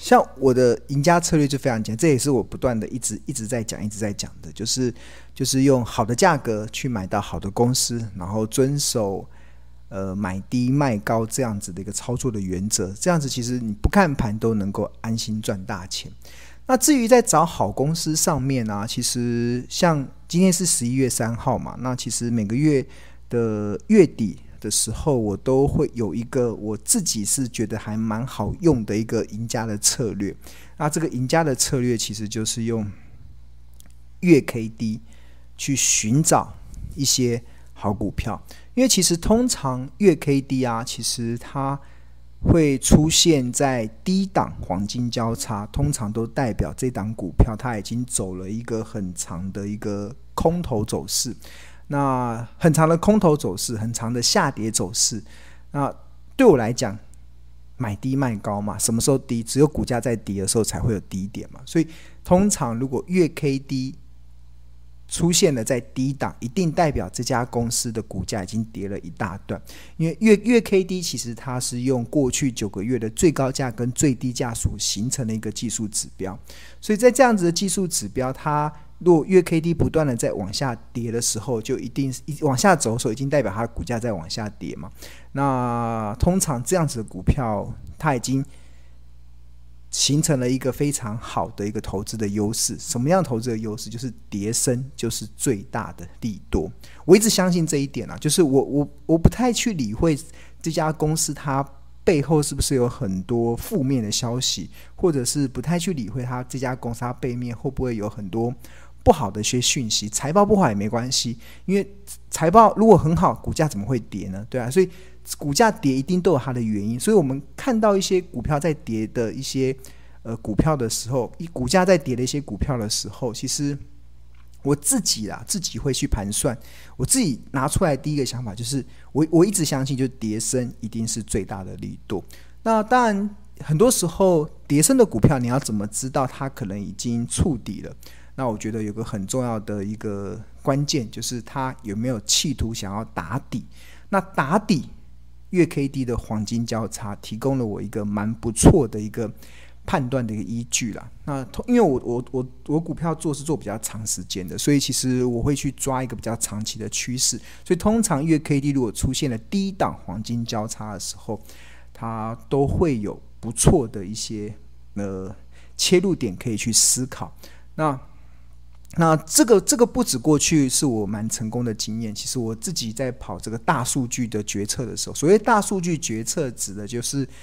像我的赢家策略就非常简单，这也是我不断的一直在讲的，就是用好的价格去买到好的公司，然后遵守买低卖高这样子的一个操作的原则，这样子其实你不看盘都能够安心赚大钱。那至于在找好公司上面啊，其实像今天是11月3号嘛，那其实每个月的月底的时候，我都会有一个我自己是觉得还蛮好用的一个赢家的策略。那这个赢家的策略其实就是用月 KD 去寻找一些好股票，因为其实通常月 KD 啊，其实它会出现在低档黄金交叉，通常都代表这档股票它已经走了一个很长的一个空头走势。那很长的空头走势，很长的下跌走势，那对我来讲，买低卖高嘛，什么时候低？只有股价在低的时候才会有低点嘛。所以通常如果月 KD 出现了在低档，一定代表这家公司的股价已经跌了一大段。因为月 KD 其实它是用过去9个月的最高价跟最低价所形成的一个技术指标，所以在这样子的技术指标，它如果月 KD 不断的在往下跌的时候，就一定往下走的时候，已经代表它的股价在往下跌嘛。那通常这样子的股票，它已经形成了一个非常好的一个投资的优势。什么样的投资的优势？就是跌升就是最大的利多。我一直相信这一点啊，就是我不太去理会这家公司它背后是不是有很多负面的消息，或者是不太去理会它这家公司它背面会不会有很多不好的一些讯息。财报不好也没关系，因为财报如果很好，股价怎么会跌呢？对啊，所以股价跌一定都有它的原因。所以我们看到一些股票在跌的一些股票的时候，股价在跌的一些股票的时候，其实我自己会去盘算。我自己拿出来第一个想法就是，我一直相信，就是跌升一定是最大的利多。那当然，很多时候跌升的股票，你要怎么知道它可能已经触底了？那我觉得有个很重要的一个关键，就是它有没有企图想要打底。那打底，月 KD 的黄金交叉提供了我一个蛮不错的一个判断的一个依据啦。那因为我股票是做比较长时间的，所以其实我会去抓一个比较长期的趋势。所以通常月 KD 如果出现了低档黄金交叉的时候，它都会有不错的一些切入点可以去思考。那这个不止过去是我蛮成功的经验，其实我自己在跑这个大数据的决策的时候，所谓大数据决策指的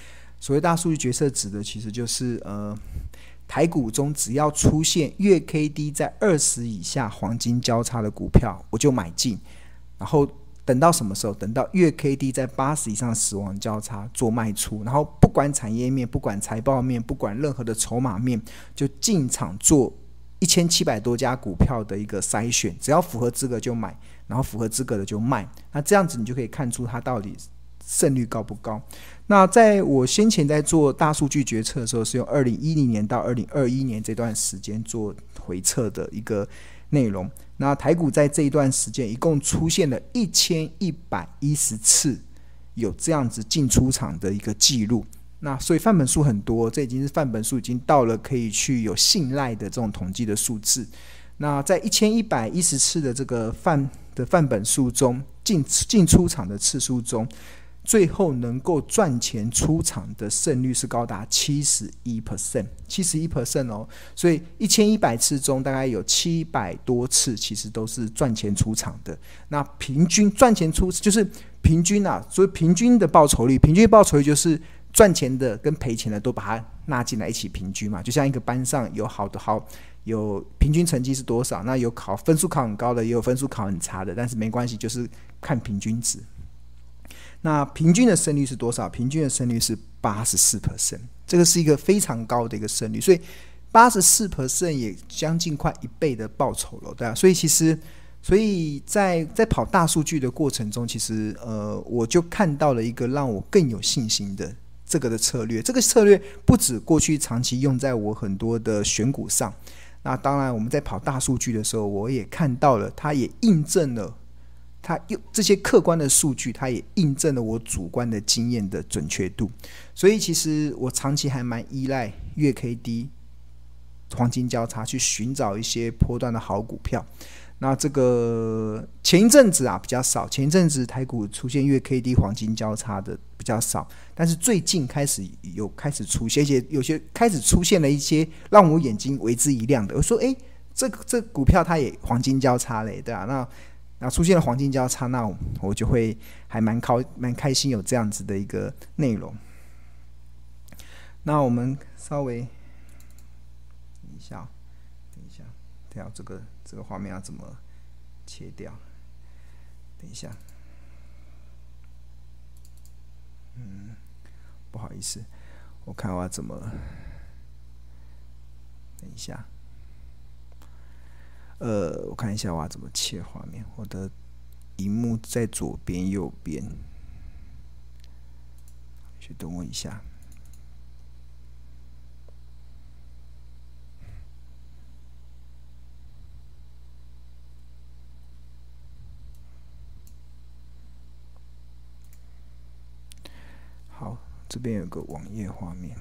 其实就是台股中只要出现月 KD 在20以下黄金交叉的股票，我就买进，然后等到什么时候？等到月 KD 在80以上死亡交叉做卖出，然后不管产业面，不管财报面，不管任何的筹码面，就进场做1700多家股票的一个筛选，只要符合资格就买，然后符合资格的就卖。那这样子你就可以看出它到底胜率高不高。那在我先前在做大数据决策的时候，是用2010年到2021年这段时间做回测的一个内容。那台股在这一段时间一共出现了1110次有这样子进出场的一个记录。那所以范本数很多，这已经是范本数已经到了可以去有信赖的这种统计的数字。那在1110次的这个范本数中，进出场的次数中，最后能够赚钱出场的胜率是高达 71% 哦。所以1100次中大概有700多次其实都是赚钱出场的。那平均赚钱就是平均啊，所以平均的报酬率就是赚钱的跟赔钱的都把它纳进来一起平均嘛。就像一个班上有平均成绩是多少，那有分数考很高的，也有分数考很差的，但是没关系，就是看平均值。那平均的胜率是多少？平均的胜率是 84%， 这个是一个非常高的一个胜率，所以 84% 也将近快1倍的报酬了，对啊。所以在跑大数据的过程中，其实我就看到了一个让我更有信心的这个的策略。这个策略不止过去长期用在我很多的选股上，那当然我们在跑大数据的时候，我也看到了，它也印证了它用这些客观的数据，它也印证了我主观的经验的准确度。所以其实我长期还蛮依赖月 K D 黄金交叉去寻找一些波段的好股票。那这个前一阵子比较少，前一阵子台股出现月 K D 黄金交叉的比较少，但是最近开始出现，而且有些开始出现了一些让我眼睛为之一亮的。我说，这股票它也黄金交叉嘞，对啊，那出现了黄金交叉，那我就会还蛮开心有这样子的一个内容。那我们稍微等一下，对啊，这个画面要怎么切掉？等一下，不好意思，我看我要怎么，等一下，我看一下我要怎么切画面。我的萤幕在左边、右边，去等我一下。好，这边有个网页画面。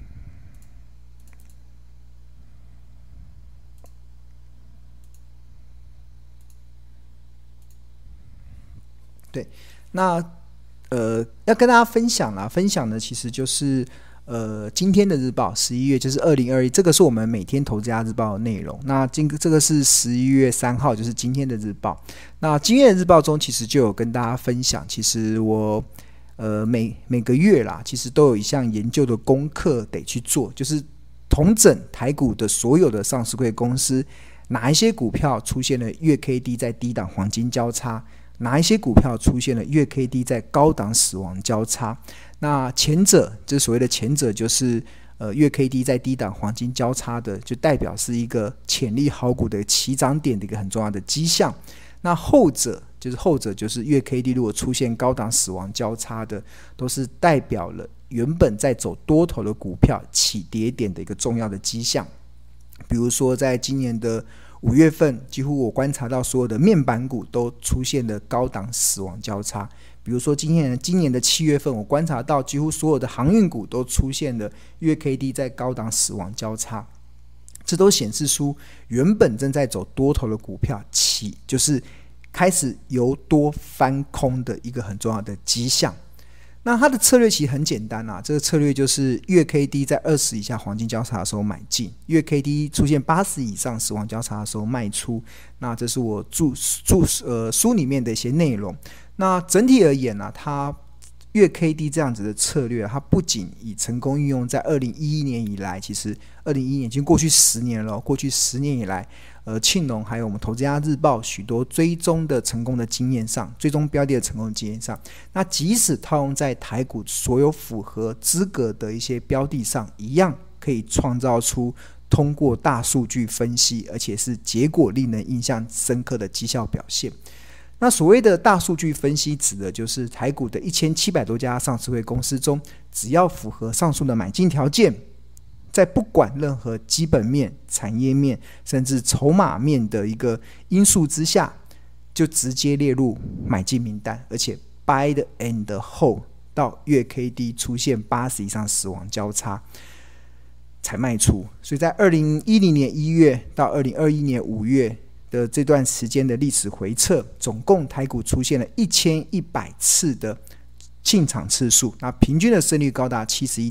对，那要跟大家分享的其实就是今天的日报，11月就是2021，这个是我们每天投资家日报的内容。那这个是11月3号，就是今天的日报。那今天的日报中，其实就有跟大家分享，其实我每个月啦，其实都有一项研究的功课得去做，就是统整台股的所有的上市柜公司，哪一些股票出现了月 K D 在低档黄金交叉，哪一些股票出现了月 K D 在高档死亡交叉。那前者，这所谓的前者就是月 K D 在低档黄金交叉的，就代表是一个潜力好股的起涨点的一个很重要的迹象。那后者就是月 K D 如果出现高档死亡交叉的，都是代表了原本在走多头的股票起跌点的一个重要的迹象。比如说在今年的5月份，几乎我观察到所有的面板股都出现了高档死亡交叉。比如说今年的7月份，我观察到几乎所有的航运股都出现了月 K D 在高档死亡交叉。这都显示出原本正在走多头的股票就是开始由多翻空的一个很重要的迹象。那它的策略其实很简单这个策略就是月 K D 在20以下黄金交叉的时候买进，月 K D 出现80以上死亡交叉的时候卖出。那这是我书里面的一些内容。那整体而言它月 K D 这样子的策略，它不仅已成功运用在2011年以来，其实2011年已经过去10年了。过去10年以来，庆农还有我们投资家日报许多追踪的成功的经验上，追踪标的的成功的经验上，那即使套用在台股所有符合资格的一些标的上，一样可以创造出通过大数据分析，而且是结果令人印象深刻的绩效表现。那所谓的大数据分析，指的就是台股的1700多家上市柜公司中，只要符合上述的买进条件，在不管任何基本面、产业面甚至筹码面的一个因素之下，就直接列入买进名单，而且 buy the and hold 到月 K D 出现80以上死亡交叉才卖出。所以在2010年1月到2021年5月的这段时间的历史回测，总共台股出现了1100次的进场次数，那平均的胜率高达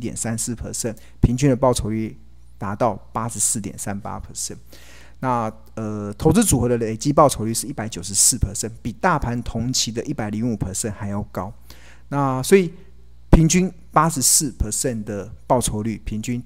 71.34%， 平均的报酬率达到 84.38%。 那投资组合的累积报酬率是 194%， 比大盘同期的 105% 还要高。那所以平均 84% 的报酬率，平均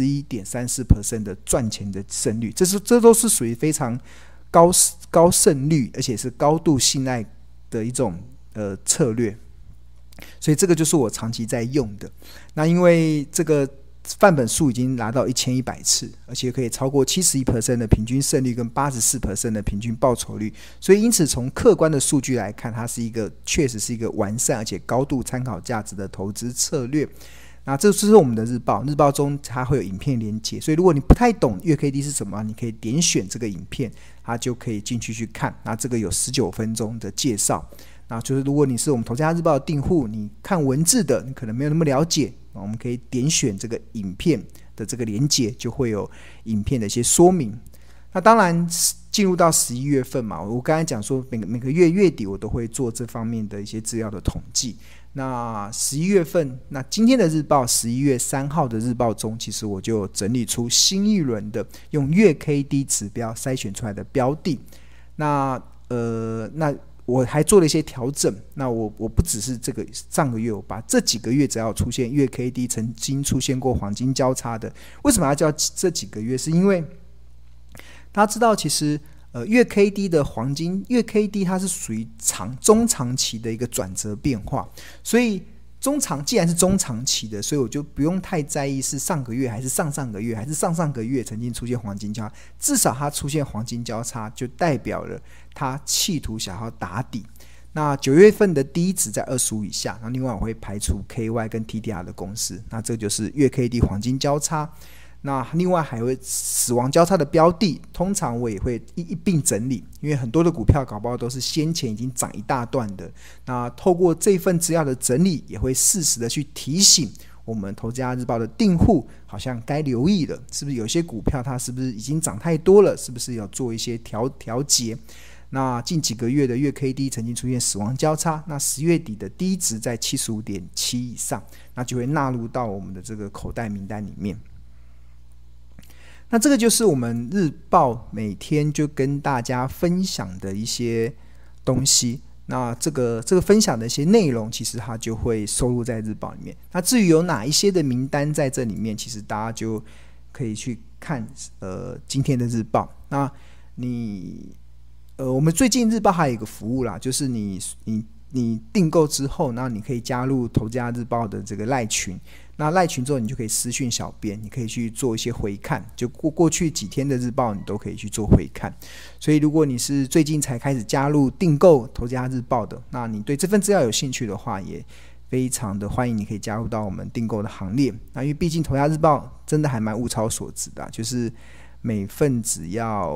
71.34% 的赚钱的胜率，这都是属于非常高胜率，而且是高度信赖的一种策略。所以这个就是我长期在用的。那因为这个范本数已经拿到1100次，而且可以超过 71% 的平均胜率跟 84% 的平均报酬率，所以因此从客观的数据来看，它是确实是一个完善而且高度参考价值的投资策略。那这是我们的日报中它会有影片连结，所以如果你不太懂月 K D 是什么，你可以点选这个影片，它就可以进去看。那这个有19分钟的介绍。 那就是如果你是我们投资家日报的订户，你看文字的你可能没有那么了解，我们可以点选这个影片的这个连结，就会有影片的一些说明。那当然进入到11月份嘛，我刚才讲说每个月月底我都会做这方面的一些资料的统计。那11月份，那今天的日报11月3号的日报中，其实我就整理出新一轮的用月 KD 指标筛选出来的标的。那我还做了一些调整。那我不只是这个上个月，我把这几个月只要出现月 KD 曾经出现过黄金交叉的，为什么要叫这几个月？是因为大家知道，其实月 KD 的黄金，月 KD 它是属于中长期的一个转折变化，所以既然是中长期的，所以我就不用太在意是上个月还是上上个月还是上上个月曾经出现黄金交叉，至少它出现黄金交叉就代表了它企图想要打底。那9月份的第一值在25以下，然后另外我会排除 KY 跟 TDR 的公司，那这就是月 KD 黄金交叉。那另外还会死亡交叉的标的，通常我也会一并整理，因为很多的股票搞不好都是先前已经涨一大段的。那透过这份资料的整理，也会适时的去提醒我们投资家日报的订户，好像该留意了，是不是有些股票它是不是已经涨太多了，是不是要做一些调节。那近几个月的月 KD 曾经出现死亡交叉，那10月底的低值在 75.7 以上，那就会纳入到我们的这个口袋名单里面。那这个就是我们日报每天就跟大家分享的一些东西。那这个分享的一些内容，其实它就会收录在日报里面。那至于有哪一些的名单在这里面，其实大家就可以去看今天的日报。那我们最近日报还有一个服务啦，就是你订购之后，那你可以加入投资家日报的这个赖群。那赖群之后，你就可以私讯小编，你可以去做一些回看，就过去几天的日报，你都可以去做回看。所以，如果你是最近才开始加入订购投资家日报的，那你对这份资料有兴趣的话，也非常的欢迎你可以加入到我们订购的行列。那因为毕竟投资家日报真的还蛮物超所值的，就是每份只要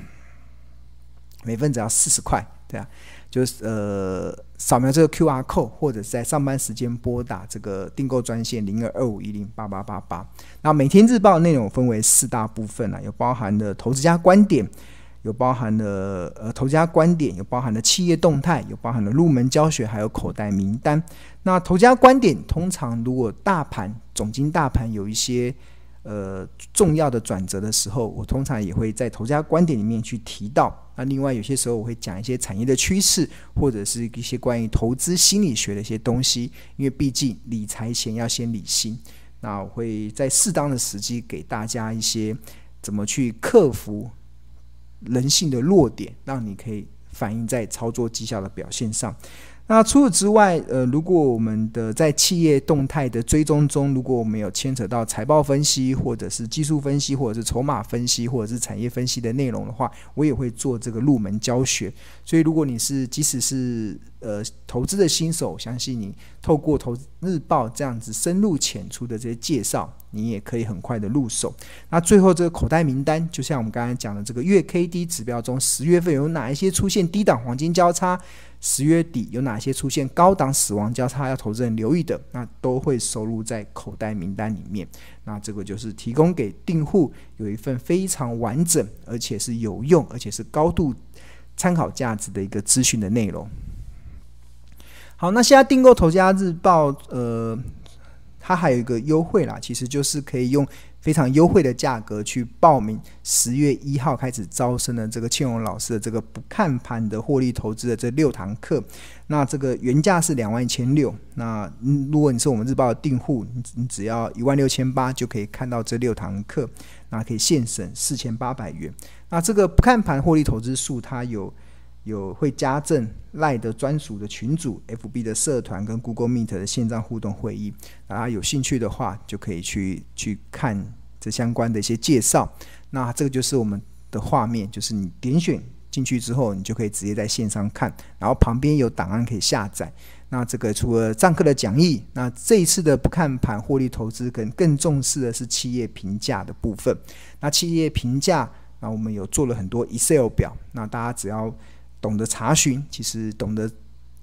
40块，对啊。就是扫描这个 QR code， 或者是在上班时间拨打这个订购专线0225108888。那每天日报的内容分为4大部分有包含了投资家观点，有包含了投资家观点，有包含了企业动态，有包含了入门教学，还有口袋名单。那投资家观点通常如果总经大盘有一些重要的转折的时候，我通常也会在投资家观点里面去提到。那另外有些时候我会讲一些产业的趋势，或者是一些关于投资心理学的一些东西，因为毕竟理财前要先理心。那我会在适当的时机给大家一些怎么去克服人性的弱点，让你可以反映在操作绩效的表现上。那除此之外，如果我们的在企业动态的追踪中，如果我们有牵扯到财报分析，或者是技术分析，或者是筹码分析，或者是产业分析的内容的话，我也会做这个入门教学。所以如果你即使是投资的新手，相信你透过投资日报这样子深入浅出的这些介绍，你也可以很快的入手。那最后这个口袋名单，就像我们刚才讲的这个月 KD 指标中，10月份有哪一些出现低档黄金交叉，10月底有哪些出现高档死亡交叉要投资人留意的，那都会收录在口袋名单里面。那这个就是提供给订户有一份非常完整，而且是有用，而且是高度参考价值的一个资讯的内容。好，那现在订购投资家日报它还有一个优惠啦，其实就是可以用非常优惠的价格去报名10月1号开始招生的这个庆荣老师的这个不看盘的获利投资的这6堂课。那这个原价是21,600，那如果你是我们日报的订户，你只要16,800就可以看到这6堂课，那可以现省4,800元。那这个不看盘获利投资术，它有会加赠LINE的专属的群组、FB 的社团跟 Google Meet 的线上互动会议。大家有兴趣的话，就可以去看这相关的一些介绍。那这个就是我们的画面，就是你点选进去之后，你就可以直接在线上看，然后旁边有档案可以下载。那这个除了上课的讲义，那这一次的不看盘获利投资更重视的是企业评价的部分。那企业评价，那我们有做了很多 Excel 表，那大家只要懂得查询，其实懂得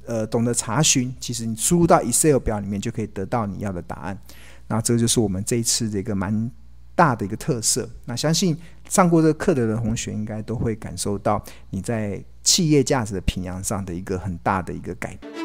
懂得查询，其实你输入到 Excel 表里面就可以得到你要的答案。那这个就是我们这一次的一个蛮大的一个特色。那相信上过这个课的同学应该都会感受到你在企业价值的评量上的一个很大的一个改变。